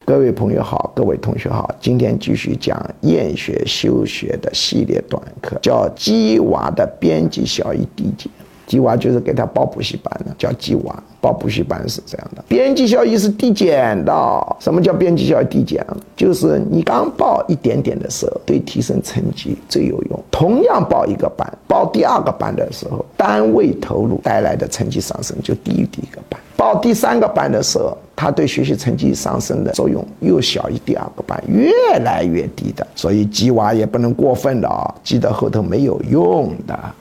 各位朋友好，各位同学好，今天继续讲厌学修学的系列短课，叫鸡娃的边际效益递减。鸡娃就是给他报补习班的，叫鸡娃。报补习班是这样的，边际效益是递减的。什么叫边际效益递减？就是你刚报一点点的时候，对提升成绩最有用。同样报一个班，报第二个班的时候，单位投入带来的成绩上升就低于第一个班。报第三个班的时候，它对学习成绩上升的作用又小于第二个班，越来越低的。所以鸡娃也不能过分的啊，鸡的后头没有用的。